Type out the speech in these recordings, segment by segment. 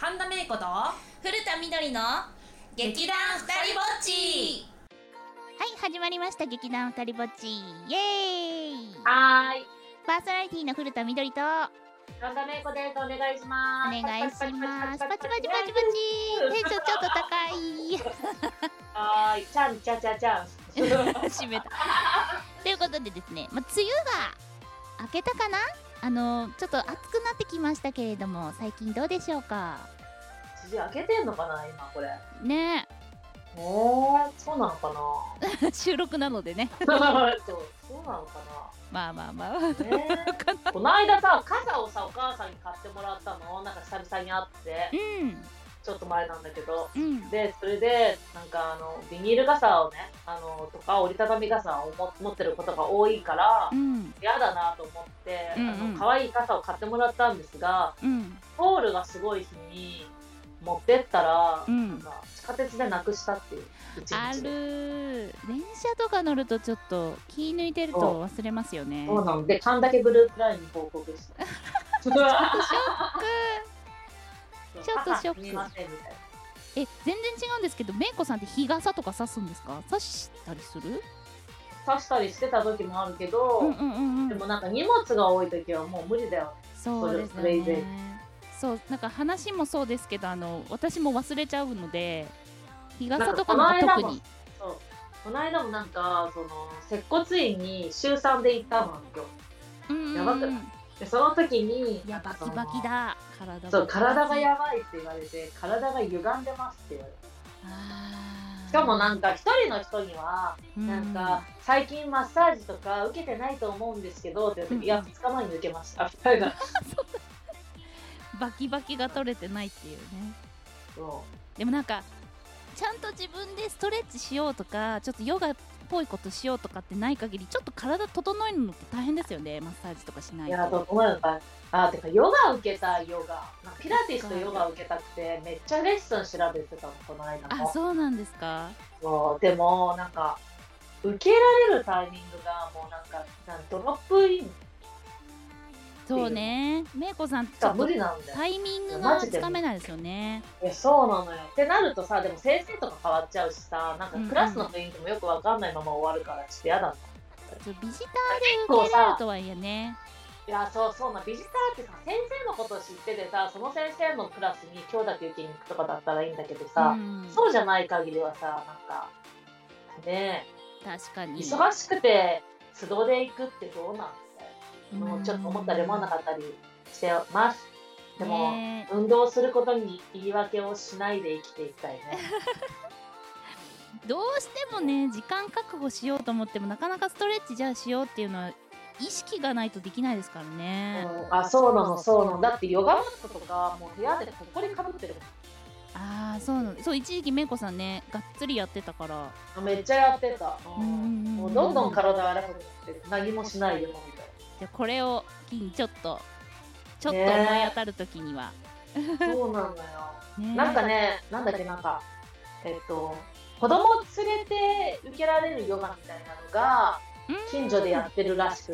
神田芽衣子と古田みどりの劇団ふたりぼっち。 はい、始まりました劇団ふたりぼっち、イエーイ。 はーい、 パーソナリティの古田みどりと神田芽衣子です。お願いします。 お願いします。パチパチパチパチパチ、テンションちょっと高いはーい、ちゃんちゃちゃちゃん閉めたということでですね、梅雨が明けたかな。ちょっと暑くなってきましたけれども、最近どうでしょうか。 辻開けてんのかな今これねそうなのかな収録なのでねそうなのかまあなこの間さ、傘をさ、お母さんに買ってもらったの。なんか久々に会ってちょっと前なんだけど、で、それでなんかビニール傘をね、とか折りたたみ傘を持ってることが多いから、嫌だなと思って、可愛い傘を買ってもらったんですが、ホールがすごい日に持ってったら、なんか地下鉄でなくしたっていう一日ある。電車とか乗るとちょっと気抜いてると忘れますよね。 そうなので、勘だけグループラインに報告したちょっとショック。全然違うんですけど、めいこさんって日傘とか差すんですか？差したりする？ 差したりしてた時もあるけど、でもなんか荷物が多い時はもう無理だよ。 そうですよね。そう、なんか話もそうですけど、私も忘れちゃうので、日傘とかのが特に。 この間もなんか接骨院に週3で行ったの今日。やばくない？でその時にいや、バキバキだ。 体がやばいって言われて、体が歪んでますって言われて、しかもなんか一人の人にはなんか最近マッサージとか受けてないと思うんですけどって言って、いや2日前に受けましたみたいなバキバキが取れてないっていうね。でもなんかちゃんと自分でストレッチしようとか、ちょっとヨガっぽいことしようとかってない限り、ちょっと体整えるのって大変ですよね。マッサージとかしないと。 いや、整えるのか。てかヨガ受けたい。ピラティスとヨガ受けたくてめっちゃレッスン調べてたのこの間も。 そうなんですか。 でもなんか受けられるタイミングがもうなんかドロップイン。 そうね、めいこさんちょっとタイミングがつかめないですよね。 いや、そうなのよ。ってなるとさ、でも先生とか変わっちゃうしさ、なんかクラスの雰囲気もよくわかんないまま終わるからちょっと嫌だな。 ビジターで受けられるとはいえね。 いや、そうな、ビジターってさ、先生のことを知っててさ、その先生のクラスに今日だけ受けに行くとかだったらいいんだけどさ、そうじゃない限りはさ、なんかね、 確かに忙しくて都合で行くってどうなんてちょっと思ったり思わなかったりしてます。でも、運動することに言い訳をしないで生きていきたいねどうしてもね、時間確保しようと思ってもなかなかストレッチじゃあしようっていうのは意識がないとできないですからね。 そうなの。だってヨガマットとかもう部屋でここにかぶってる。 そうなの。そう、一時期めいこさんね、がっつりやってたから。 めっちゃやってた。もうどんどん体が荒くなって何もしないよみたいな。 じゃあこれを機にちょっと思い当たるときには、 そうなんだよ。なんかね、なんだっけ、なんか子供を連れて受けられるヨガみたいなのが近所でやってるらしくって、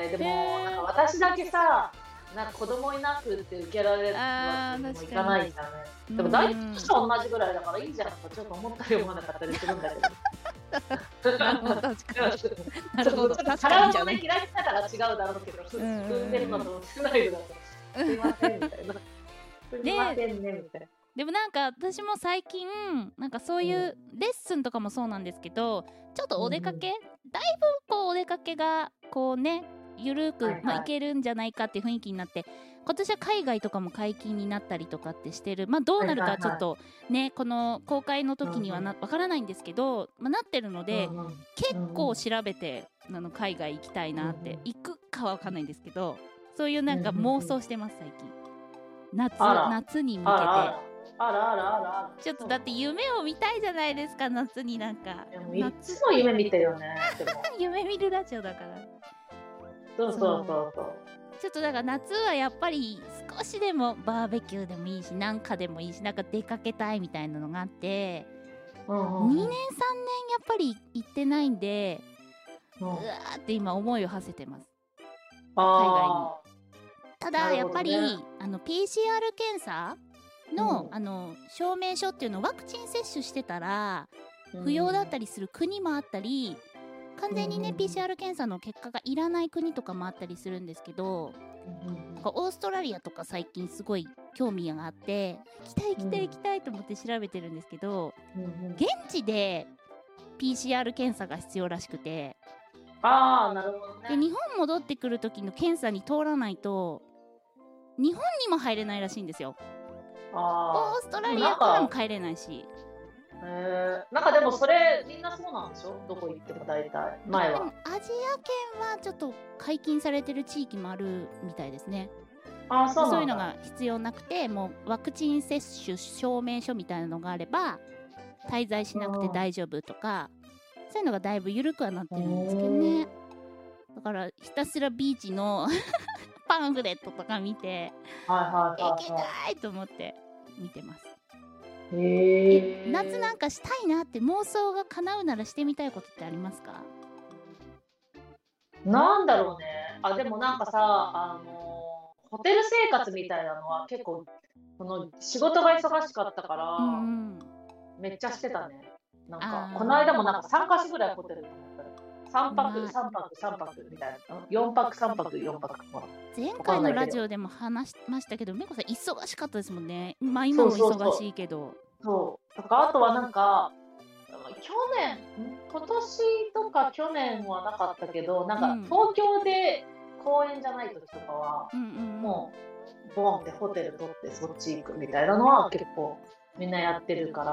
でもなんか私だけさ、なんか子供いなくって受けられるわけにもいかないじゃんね。でも大体と同じぐらいだからいいじゃんとちょっと思ったり思わなかったりするんだけど確かに体のね、開き方が違うだろうけど、進んでるのと少ないのだとすいませんみたいな。すいませんねみたいな。 でもなんか私も最近なんかそういうレッスンとかもそうなんですけど、ちょっとお出かけ、だいぶこうお出かけがこうね、ゆるく行けるんじゃないかっていう雰囲気になって、今年は海外とかも解禁になったりとかってしてる。どうなるかちょっとね、この公開の時にはわからないんですけど、なってるので、結構調べて海外行きたいなって、行くかは分かんないんですけど、そういうなんか妄想してます最近。夏に向けて。ちょっとだって夢を見たいじゃないですか、夏に。なんかいつも夢見てるよね夢見るラジオだから。 そう。 ちょっとだから夏はやっぱり少しでもバーベキューでもいいし、なんかでもいいし、なんか出かけたいみたいなのがあって、2年3年やっぱり行ってないんで、うわーって今思いを馳せてます、海外に。ただやっぱりPCR 検査の、証明書っていうのをワクチン接種してたら不要だったりする国もあったり、完全にね、PCR 検査の結果がいらない国とかもあったりするんですけど、オーストラリアとか最近すごい興味があって行きたいと思って調べてるんですけど、現地で PCR 検査が必要らしくて、 なるほどね。 で日本戻ってくる時の検査に通らないと日本にも入れないらしいんですよ。オーストラリアからも帰れないし。 なんかでもそれみんなそうなんでしょ、どこ行っても大体前は。 アジア圏はちょっと解禁されてる地域もあるみたいですね。 そういうのが必要なくて、もうワクチン接種証明書みたいなのがあれば滞在しなくて大丈夫とか、そういうのがだいぶ緩くはなってるんですけどね。だからひたすらビーチのパンフレットとか見て行きたいと思って見てます。夏なんかしたいなって妄想が叶うならしてみたいことってありますか？ なんだろうね。でもなんかさ、ホテル生活みたいなのは結構その仕事が忙しかったから、めっちゃしてたね。なんかこの間もなんか3カ所ぐらいホテルに泊まった。3泊3泊みたいな、4泊3泊4泊。 前回のラジオでも話しましたけど、めこさん忙しかったですもんね。今も忙しいけど。 とか、あとはなんか今年とか去年はなかったけど、なんか東京で公演じゃない時とかは、もうボンってホテル取ってそっち行くみたいなのは結構みんなやってるから。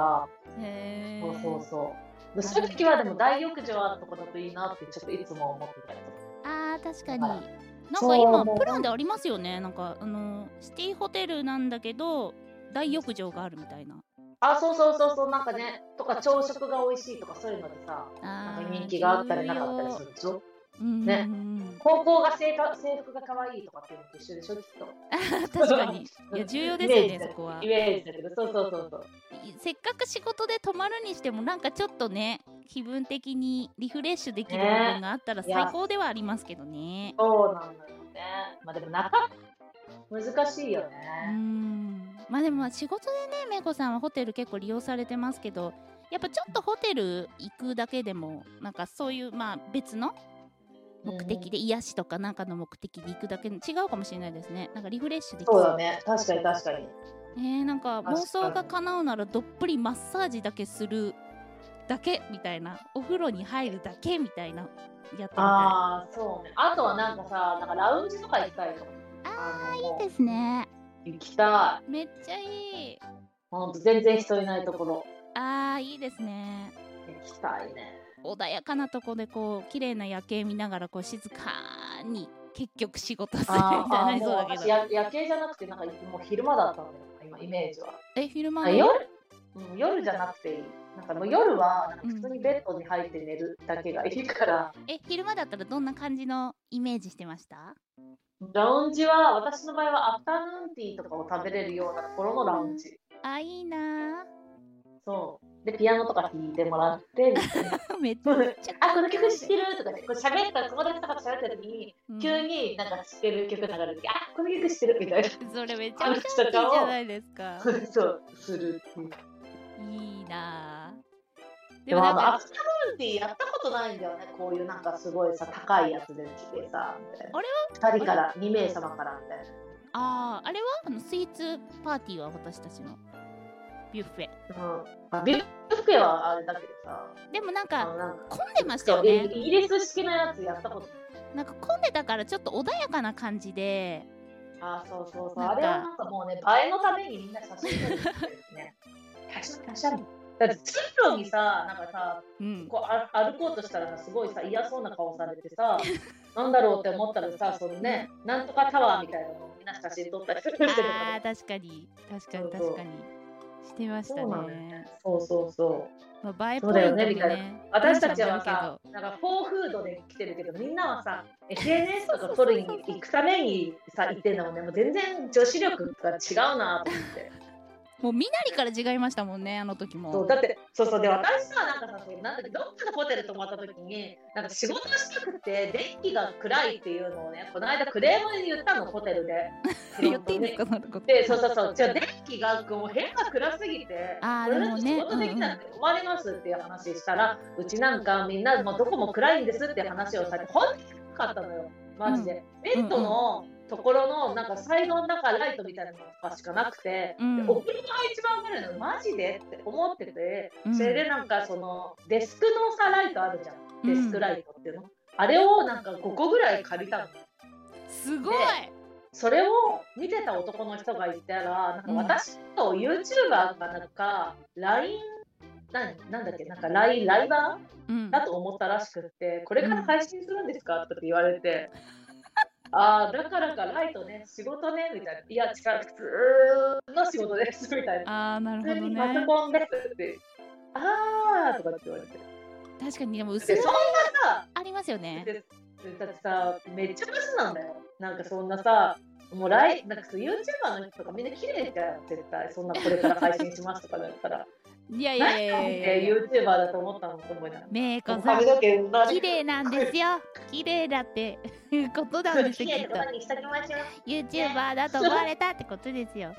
そういう時はでも大浴場あるとこだといいなってちょっといつも思ってたりとか。 確かに。なんか今プランでありますよね。なんかシティホテルなんだけど大浴場があるみたいな。 そうなんかね、とか朝食が美味しいとかそういうのでさ、なんか人気があったりなかったりするでしょ。ね、高校が制服が可愛いとかっていうのと一緒でしょ、きっと。 確かに。いや重要ですよね、そこは。 イメージだけど、そう。 せっかく仕事で泊まるにしてもなんかちょっとね、気分的にリフレッシュできる部分があったら最高ではありますけどね。 そうなんだよね。でも難しいよね。 でも仕事でね、めいこさんはホテル結構利用されてますけど、やっぱちょっとホテル行くだけでもなんかそういう別の目的で、癒しとかなんかの目的で行くだけで違うかもしれないですね。なんかリフレッシュできる。 そうだね、確かに。 なんか妄想が叶うならどっぷりマッサージだけするだけみたいな、お風呂に入るだけみたいなやってみたい。 そうね。あとはなんかさ、なんかラウンジとか行きたいと。 いいですね。 行きたい。めっちゃいい。 ほんと全然人いないところ。 いいですね。 行きたいね。 穏やかなとこでこう綺麗な夜景見ながらこう静かに結局仕事するみたいになりそうだけど。 夜景じゃなくてなんかもう昼間だったんだよ、今イメージは。 昼間夜じゃなくていい。なんかもう夜はなんか普通にベッドに入って寝るだけがいいから。 昼間だったらどんな感じのイメージしてました？ ラウンジは私の場合はアフタヌーンティーとかを食べれるようなところのラウンジ。 いいな。 そうでピアノとか弾いてもらってめっちゃこの曲知ってるとかね、こう喋ったら友達とかと喋った時に、急になんか知ってる曲流れてこの曲知ってるみたいな。 それめちゃめちゃいいじゃないですか。 そうするっていう。 いいな。 でもアフタヌーンティーやったことないんだよね。こういうなんかすごいさ高いやつで来てさ、2人から2名様からみたいな。 あれはスイーツパーティーは私たちのビュッフェ。 ビュッフェはあれだけどさ。 でもなんか混んでましたよね。 イギリス式のやつやったことなんか混んでたからちょっと穏やかな感じで。 そうあれはなんかもうね、映えのためにみんな写真撮るんですね。だって通路にさ、なんかさ、こう歩こうとしたらすごいさ嫌そうな顔されてさ、なんだろうって思ったらさ、そのね、なんとかタワーみたいなのをみんな写真撮ったりするんですよ。 確かにしてましたね。 そう。 映えポイントみたいな。 私たちはさ、なんかフォーフードで来てるけど、みんなはさ、SNS とか撮るに行くためにさ行ってんのもね、もう全然女子力が違うなと思って。 もう身なりから違いましたもんね、あの時も。 そうだってそうで、私さ、なんかさ、なんだっけ、どっかのホテル泊まった時に、なんか仕事したくて電気が暗いっていうのをね、この間クレームで言ったの、ホテルで。 言っていいんですか、そんなこと。 で、そうじゃあ電気がもう部屋が暗すぎて、 でもね、 仕事できなくて困りますっていう話したら、うちなんかみんなもうどこも暗いんですって話をされて、本当に暗かったのよ、マジで。ベッドのところのなんかサイドの中ライトみたいなのがしかなくて、お風呂が一番明るいのマジでって思ってて、それでなんかそのデスクのさライトあるじゃん、デスクライトっていうの、あれをなんか5個ぐらい借りたの。 すごい。 それを見てた男の人がいたら、なんか私と YouTuber かなんか LINE なんだっけ、なんかライバーだと思ったらしくって、これから配信するんですかって言われて、だからかライトね、仕事ねみたいな。いや、違う、普通の仕事ですみたいな。 なるほどね。 パソコンですって。とかって言われて。 確かに、でも薄いそんなさ、 ありますよね。 だってさ、めっちゃブスなんだよ。なんかそんなさ、もうなんかYouTuber の人とかみんな綺麗じゃん、絶対。そんなこれから配信しますとかだったら。 いやいやいやいやいや、 YouTuber だと思ったのと思いながら。 めいこさん、綺麗なんですよ。綺麗だっていうことなんですよ。 綺麗なことにしときましょう。 YouTuber だと思われたってことですよ。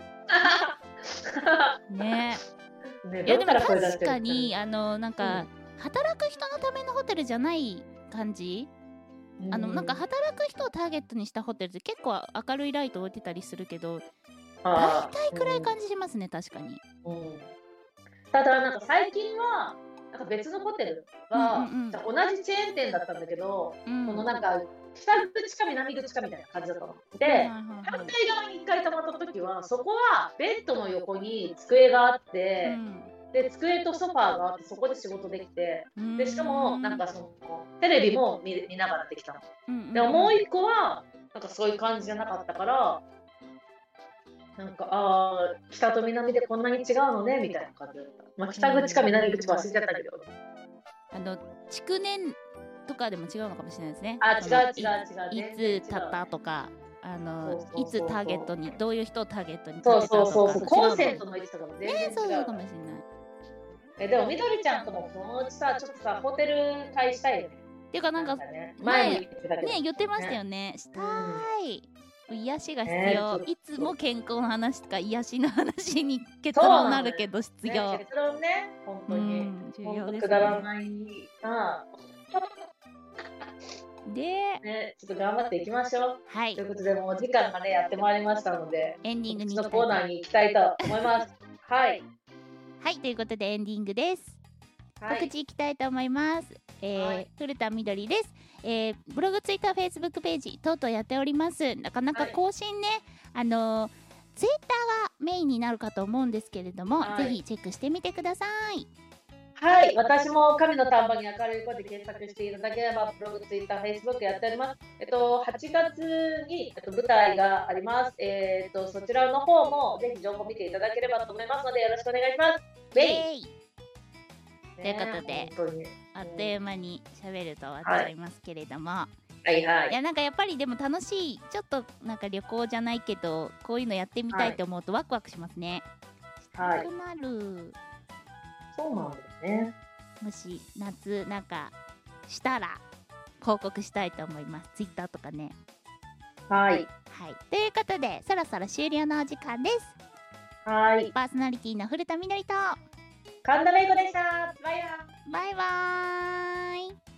ねえ。いやでも確かになんか働く人のためのホテルじゃない感じ。なんか働く人をターゲットにしたホテルって結構明るいライト置いてたりするけど、大体暗い感じしますね、確かに。 ただなんか最近はなんか別のホテルは、同じチェーン店だったんだけど、このなんか北口か南口かみたいな感じだったの。で、反対側に1回泊まった時は、そこはベッドの横に机があって、で机とソファーがあって、そこで仕事できて、でしかもなんかそのテレビも 見ながらできたの。でももう1個はなんかそういう感じじゃなかったから、なんか北と南でこんなに違うのねみたいな感じだった。北口か南口か忘れちゃったけど、 築年とかでも違うのかもしれないですね。 違う。 いつ経ったとか、いつターゲットに、どういう人をターゲットに立てたとか、そうコンセントの位置とかも全然違う。 そうかもしれない。 でもみどりちゃんともそのうちさ、ちょっとさホテル会したいよね。 っていうかなんか前ね言ってましたよね。したい。癒しが必要。いつも健康の話とか癒しの話に結論になるけど必要。 結論ね、本当に重要ですね。 くだらないで、ちょっと頑張っていきましょう。 はい。 ということで、もう時間がねやってまいりましたので、 エンディングにコーナーに行きたいと思います。はい。 はい、ということでエンディングです。告知いきたいと思います。古田みどりです。ブログ、ツイッター、フェイスブックページ等々やっております。なかなか更新ね、ツイッターがメインになるかと思うんですけれども、ぜひチェックしてみてください。 はい、私も神の田んぼに明るい声で検索していただければ、ブログ、ツイッター、フェイスブックやっております。8月に舞台があります。そちらの方もぜひ情報見ていただければと思いますので、よろしくお願いします。 ということで、あっという間に喋ると終わっちゃいますけれども、いやなんかやっぱりでも楽しい、ちょっとなんか旅行じゃないけどこういうのやってみたいと思うとワクワクしますね。したくなる。 そうなんですね。 もし夏なんかしたら報告したいと思います。ツイッターとかね。 はい。 ということでそろそろ終了のお時間です。パーソナリティの古田みどりと神田芽衣子でした。バイバイ。 バイバーイ。